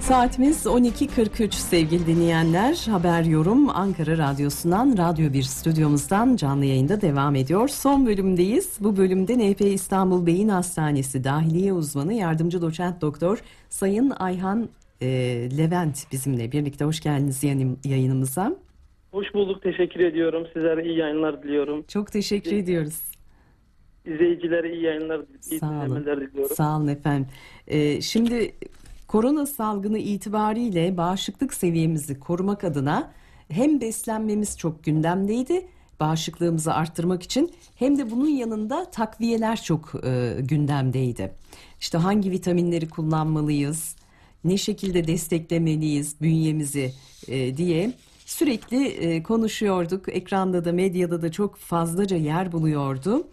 Saatimiz 12.43 sevgili dinleyenler. Haber Yorum Ankara Radyosu'ndan, Radyo 1 stüdyomuzdan canlı yayında devam ediyor. Son bölümdeyiz. Bu bölümde NP İstanbul Beyin Hastanesi Dahiliye Uzmanı Yardımcı Doçent Doktor Sayın Ayhan Levent bizimle birlikte. Hoş geldiniz yayınımıza. Hoş bulduk. Teşekkür ediyorum. Sizlere iyi yayınlar diliyorum. Çok teşekkür ediyoruz. İzleyicilere iyi yayınlar, iyi dinlemeler diliyorum. Sağ olun efendim. Şimdi korona salgını itibariyle bağışıklık seviyemizi korumak adına hem beslenmemiz çok gündemdeydi, bağışıklığımızı arttırmak için, hem de bunun yanında takviyeler çok gündemdeydi. İşte hangi vitaminleri kullanmalıyız, ne şekilde desteklemeliyiz bünyemizi diye sürekli konuşuyorduk. Ekranda da medyada da çok fazlaca yer buluyordu.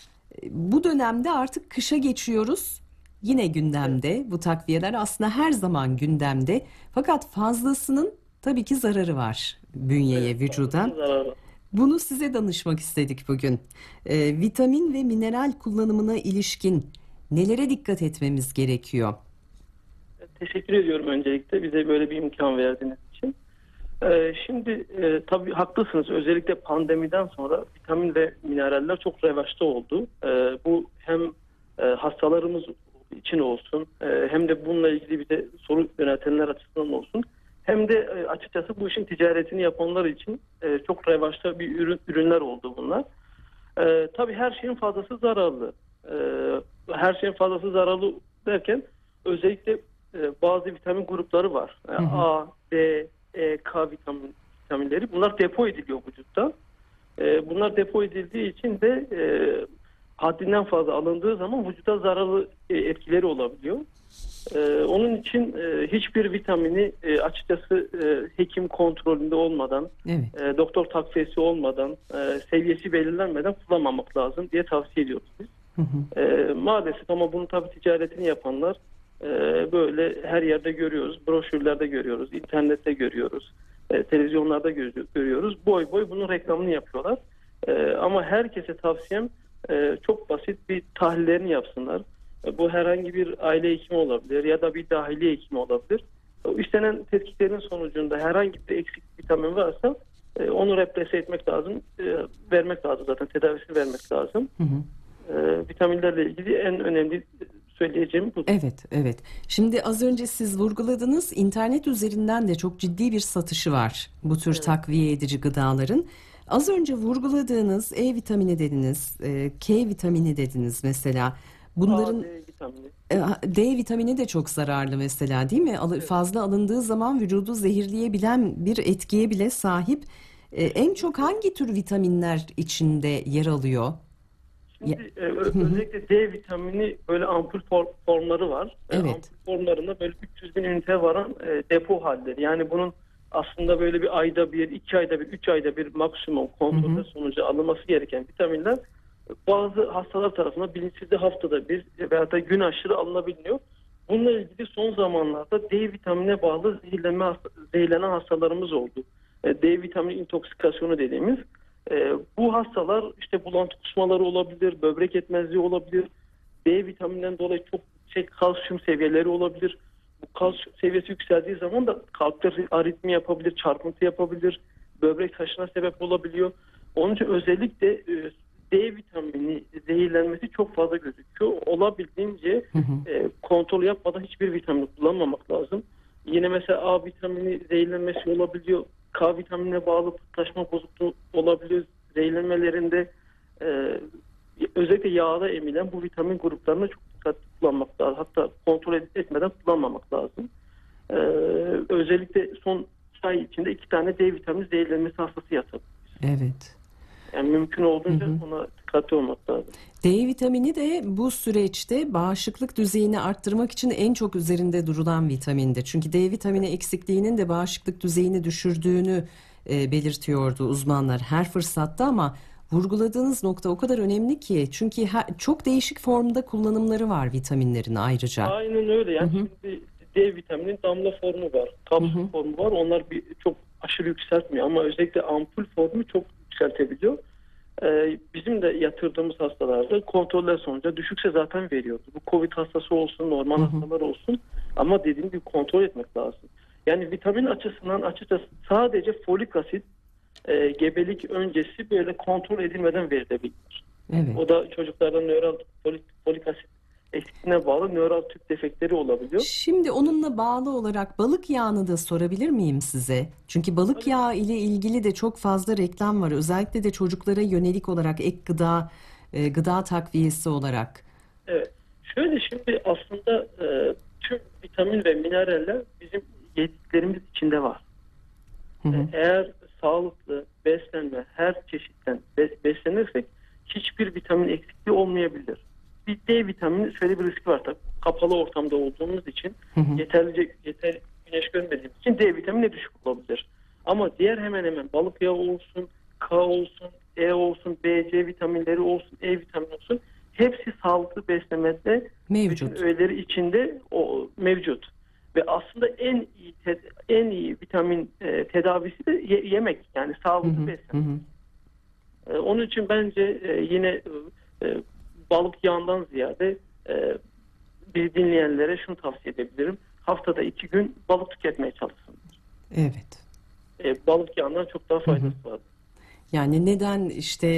Bu dönemde artık kışa geçiyoruz. Yine gündemde bu takviyeler, aslında her zaman gündemde. Fakat fazlasının tabii ki zararı var bünyeye, vücuda. Bunu size danışmak istedik bugün. Vitamin ve mineral kullanımına ilişkin nelere dikkat etmemiz gerekiyor? Teşekkür ediyorum öncelikle bize böyle bir imkan verdiğiniz için. Şimdi tabii haklısınız. Özellikle pandemiden sonra vitamin ve mineraller çok revaçta oldu. Bu hem hastalarımız için olsun, hem de bununla ilgili bir de soru yönetenler açısından olsun, hem de açıkçası bu işin ticaretini yapanlar için çok revaçta bir ürünler oldu bunlar. Tabii her şeyin fazlası zararlı. Her şeyin fazlası zararlı derken özellikle bazı vitamin grupları var. A, D, E, K vitaminleri. Bunlar depo ediliyor vücutta. Bunlar depo edildiği için de haddinden fazla alındığı zaman vücuda zararlı etkileri olabiliyor. Onun için hiçbir vitamini açıkçası hekim kontrolünde olmadan, evet, doktor takviyesi olmadan, seviyesi belirlenmeden kullanmamak lazım diye tavsiye ediyoruz biz. Maalesef ama bunu tabii ticaretini yapanlar böyle her yerde görüyoruz. Broşürlerde görüyoruz, internette görüyoruz, televizyonlarda görüyoruz. Boy boy bunun reklamını yapıyorlar. Ama herkese tavsiyem çok basit bir tahlillerini yapsınlar. Bu herhangi bir aile hekimi olabilir ya da bir dahiliye hekimi olabilir. O istenen tetkiklerin sonucunda herhangi bir eksik vitamin varsa onu replase etmek lazım, vermek lazım, zaten tedavisini vermek lazım. Vitaminlerle ilgili en önemli söyleyeceğim bu. Evet. Şimdi az önce siz vurguladınız, internet üzerinden de çok ciddi bir satışı var bu tür takviye edici gıdaların. Az önce vurguladığınız E vitamini dediniz, K vitamini dediniz mesela. Bunların D vitamini de çok zararlı mesela, değil mi? Fazla alındığı zaman vücudu zehirleyebilen bir etkiye bile sahip. En çok hangi tür vitaminler içinde yer alıyor? Şimdi özellikle D vitamini böyle ampul formları var. Evet. Ampul formlarında böyle 300 bin ünite varan depo halleri. Yani bunun aslında böyle bir ayda bir, 2 ayda bir, 3 ayda bir maksimum kontrolde sonucu alınması gereken vitaminler bazı hastalar tarafından bilinçsizce haftada bir veya da gün aşırı alınabiliyor. Bununla ilgili son zamanlarda D vitamine bağlı zehirlenen hastalarımız oldu. D vitamini intoksikasyonu dediğimiz. Bu hastalar işte bulantı kusmaları olabilir, böbrek yetmezliği olabilir. D vitamininden dolayı çok yüksek kalsiyum seviyeleri olabilir. Bu kalsiyum seviyesi yükseldiği zaman da kalpte aritmi yapabilir, çarpıntı yapabilir, böbrek taşına sebep olabiliyor. Onun için özellikle D vitamini zehirlenmesi çok fazla gözüküyor. Olabildiğince kontrol yapmadan hiçbir vitamin kullanmamak lazım. Yine mesela A vitamini zehirlenmesi olabiliyor. K vitaminine bağlı pıhtılaşma bozukluğu olabiliyor. Zehirlenmelerinde özellikle yağda emilen bu vitamin gruplarını çok dikkatli kullanmak lazım. Hatta kontrol etmeden kullanmamak lazım. Özellikle son ay içinde 2 tane D vitamini zehirlenmesi hastası yatabilir. Evet. Yani mümkün olduğunca ona dikkatli olmak lazım. D vitamini de bu süreçte bağışıklık düzeyini arttırmak için en çok üzerinde durulan vitaminde. Çünkü D vitamini eksikliğinin de bağışıklık düzeyini düşürdüğünü belirtiyordu uzmanlar her fırsatta, ama vurguladığınız nokta o kadar önemli ki. Çünkü çok değişik formda kullanımları var vitaminlerin ayrıca. Aynen öyle. Yani şimdi D vitaminin damla formu var, kapsül formu var. Onlar çok aşırı yükseltmiyor ama özellikle ampul formu çok yükseltebiliyor. Bizim de yatırdığımız hastalarda kontroller sonucu düşükse zaten veriyordu. Bu Covid hastası olsun, normal hastalar olsun. Ama dediğim gibi kontrol etmek lazım. Yani vitamin açısından açıkçası sadece folik asit gebelik öncesi böyle kontrol edilmeden verilebilir. Evet. O da çocuklarda nöral folik asit eksikliğine bağlı nöral tüp defektleri olabiliyor. Şimdi onunla bağlı olarak balık yağını da sorabilir miyim size? Çünkü balık Tabii. yağı ile ilgili de çok fazla reklam var. Özellikle de çocuklara yönelik olarak ek gıda, gıda takviyesi olarak. Evet. Şöyle şimdi aslında tüm vitamin ve mineraller bizim yediklerimiz içinde var. Hı hı. Eğer sağlıklı beslenme her çeşitten beslenirsek hiçbir vitamin eksikliği olmayabilir. Bir D vitamini şöyle bir riski var tabii. Kapalı ortamda olduğumuz için Hı hı. yeter güneş görmediğimiz için D vitamini düşük olabilir. Ama diğer hemen hemen balık yağı olsun, K olsun, E olsun, B, C vitaminleri olsun, E vitamini olsun hepsi sağlıklı beslenmede bütün Mevcut. öğeleri içinde o mevcut. Ve aslında en iyi vitamin tedavisi de yemek, yani Hı sağlıklı hı. Hı beslenme. hı. Onun için bence yine balık yağından ziyade biz dinleyenlere şunu tavsiye edebilirim. Haftada 2 gün balık tüketmeye çalışsın. Evet. Balık yağından çok daha Hı hı. faydası var. Yani neden işte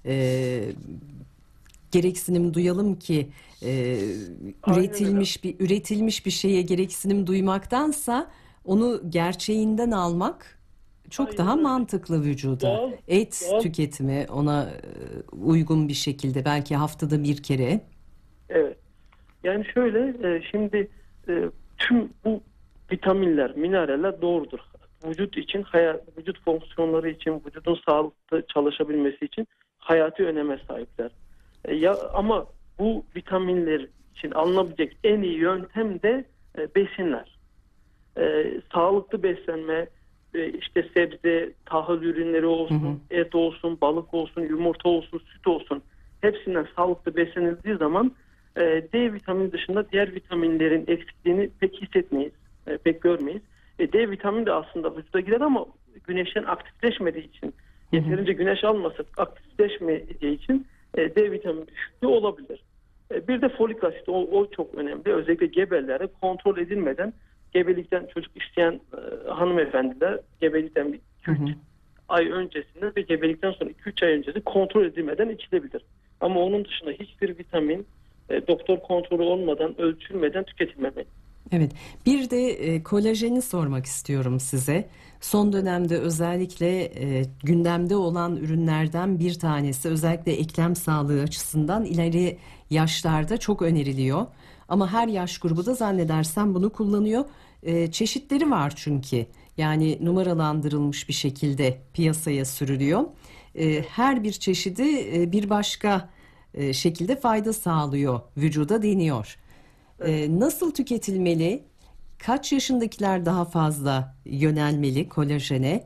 gereksinim duyalım ki Aynen öyle. üretilmiş bir şeye gereksinim duymaktansa onu gerçeğinden almak çok daha Aynen öyle. mantıklı vücuda. Doğal, Et doğal. tüketimi ona uygun bir şekilde belki haftada bir kere. Evet. Yani şöyle şimdi tüm bu vitaminler, mineraller doğrudur. Vücut için, vücut fonksiyonları için, vücudun sağlıklı çalışabilmesi için hayati öneme sahipler. Ama bu vitaminler için alınabilecek en iyi yöntem de besinler. Sağlıklı beslenme, işte sebze, tahıl ürünleri Hı hı. olsun, et olsun, balık olsun, yumurta olsun, süt olsun, hepsinden sağlıklı beslenildiği zaman D vitamini dışında diğer vitaminlerin eksikliğini pek hissetmeyiz, pek görmeyiz. D vitamini de aslında vücuda girer ama güneşten aktifleşmediği için, Hı hı. yeterince güneş almasak aktifleşmediği için D vitamini düşüklüğü olabilir. Bir de folik asit, o çok önemli. Özellikle gebelere kontrol edilmeden, gebelikten çocuk isteyen hanımefendiler gebelikten bir Hı 2-3 hı. ay öncesinde ve gebelikten sonra 2-3 ay öncesi kontrol edilmeden içilebilir. Ama onun dışında hiçbir vitamin doktor kontrolü olmadan, ölçülmeden tüketilmemeli. Evet, bir de kolajeni sormak istiyorum size. Son dönemde özellikle gündemde olan ürünlerden bir tanesi, özellikle eklem sağlığı açısından ileri yaşlarda çok öneriliyor. Ama her yaş grubu da zannedersem bunu kullanıyor. Çeşitleri var çünkü. Yani numaralandırılmış bir şekilde piyasaya sürülüyor. Evet. Her bir çeşidi bir başka şekilde fayda sağlıyor vücuda deniyor. Evet. Nasıl tüketilmeli? Kaç yaşındakiler daha fazla yönelmeli kolajene?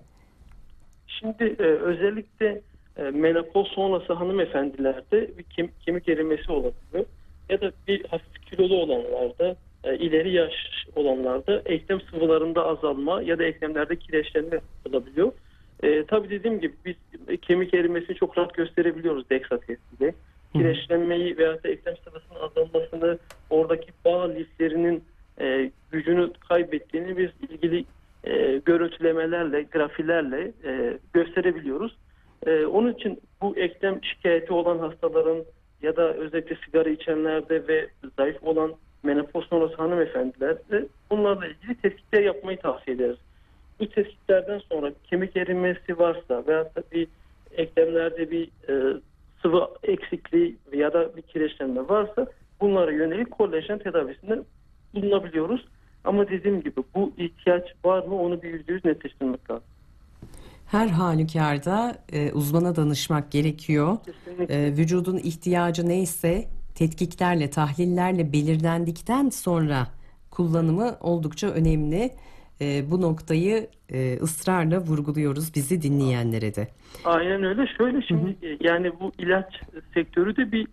Şimdi özellikle menopoz sonrası hanımefendilerde bir kemik erimesi olabiliyor. Ya da bir hafif kilolu olanlarda, ileri yaş olanlarda eklem sıvılarında azalma ya da eklemlerde kireçlenme olabiliyor. Tabii dediğim gibi biz kemik erimesini çok rahat gösterebiliyoruz DEXA testiyle. Hı hı. Kireçlenmeyi veya da eklem sıvısının azalmasını, oradaki bağ liflerinin gücünü kaybettiğini biz ilgili görüntülemelerle, grafilerle gösterebiliyoruz. Onun için bu eklem şikayeti olan hastaların ya da özellikle sigara içenlerde ve zayıf olan menopoz sonrası hanımefendilerde bunlarla ilgili tetkikler yapmayı tavsiye ederiz. Bu tetkiklerden sonra kemik erimesi varsa veya da bir eklemlerde bir sıvı eksikliği ya da bir kireçlenme varsa bunlara yönelik kolajen tedavisinde bulunabiliyoruz. Ama dediğim gibi bu ihtiyaç var mı onu bir %100 netleştirmek lazım. Her halükarda uzmana danışmak gerekiyor. Kesinlikle. Vücudun ihtiyacı neyse tetkiklerle, tahlillerle belirlendikten sonra kullanımı oldukça önemli. Bu noktayı ısrarla vurguluyoruz bizi dinleyenlere de. Aynen öyle. Şöyle Hı hı. şimdi yani bu ilaç sektörü de bir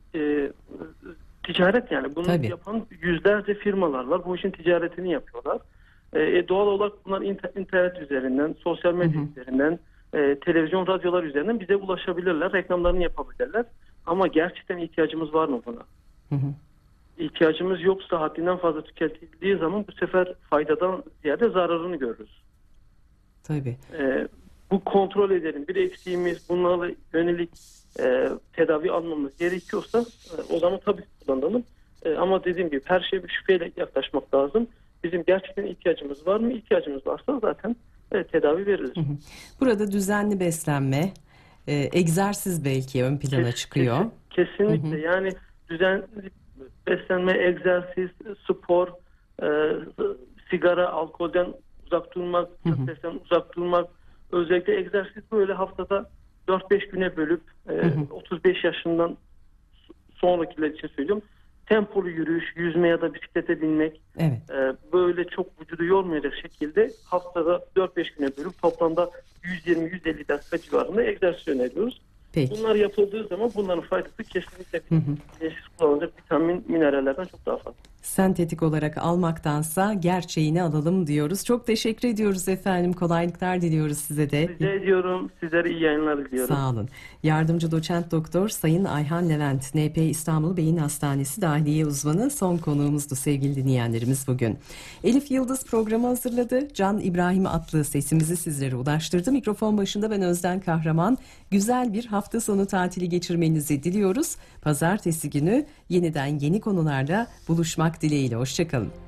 ticaret, yani bunu Tabii. yapan yüzlerce firmalar var. Bu işin ticaretini yapıyorlar. Doğal olarak bunlar internet üzerinden, sosyal Hı medya hı. üzerinden, televizyon, radyolar üzerinden bize ulaşabilirler, reklamlarını yapabilirler. Ama gerçekten ihtiyacımız var mı buna? Hı hı. ihtiyacımız yoksa haddinden fazla tüketildiği zaman bu sefer faydadan ziyade zararını görürüz. Tabii. Bu kontrol edelim. Bir eksiğimiz, bunlarla yönelik tedavi almamız gerekiyorsa o zaman tabii kullanalım. Ama dediğim gibi her şeye bir şüpheyle yaklaşmak lazım. Bizim gerçekten ihtiyacımız var mı? İhtiyacımız varsa zaten tedavi verilir. Burada düzenli beslenme, egzersiz belki ön plana çıkıyor. Kesinlikle. Yani düzenli beslenme, egzersiz, spor, sigara, alkolden uzak durmak, stresten uzak durmak. Özellikle egzersiz böyle haftada 4-5 güne bölüp 35 yaşından sonrakiler için söylüyorum. Tempolu yürüyüş, yüzme ya da bisiklete binmek, Evet. böyle çok vücudu yormayacak şekilde haftada 4-5 güne bölüp toplamda 120-150 dakika civarında egzersiz öneriyoruz. Peki. Bunlar yapıldığı zaman bunların faydası kesinlikle bilinçsiz kullanılacak vitamin, minerallerden çok daha fazla. Sentetik olarak almaktansa gerçeğini alalım diyoruz. Çok teşekkür ediyoruz efendim. Kolaylıklar diliyoruz size de. Rica ediyorum. Sizlere iyi yayınlar diliyorum. Sağ olun. Yardımcı doçent doktor Sayın Ayhan Levent, NP İstanbul Beyin Hastanesi dahiliye uzmanı son konuğumuzdu sevgili dinleyenlerimiz bugün. Elif Yıldız programı hazırladı. Can İbrahim Atlı sesimizi sizlere ulaştırdı. Mikrofon başında ben Özden Kahraman. Güzel bir hafta sonu tatili geçirmenizi diliyoruz. Pazartesi günü yeniden yeni konularla buluşmak dileğiyle. Hoşçakalın.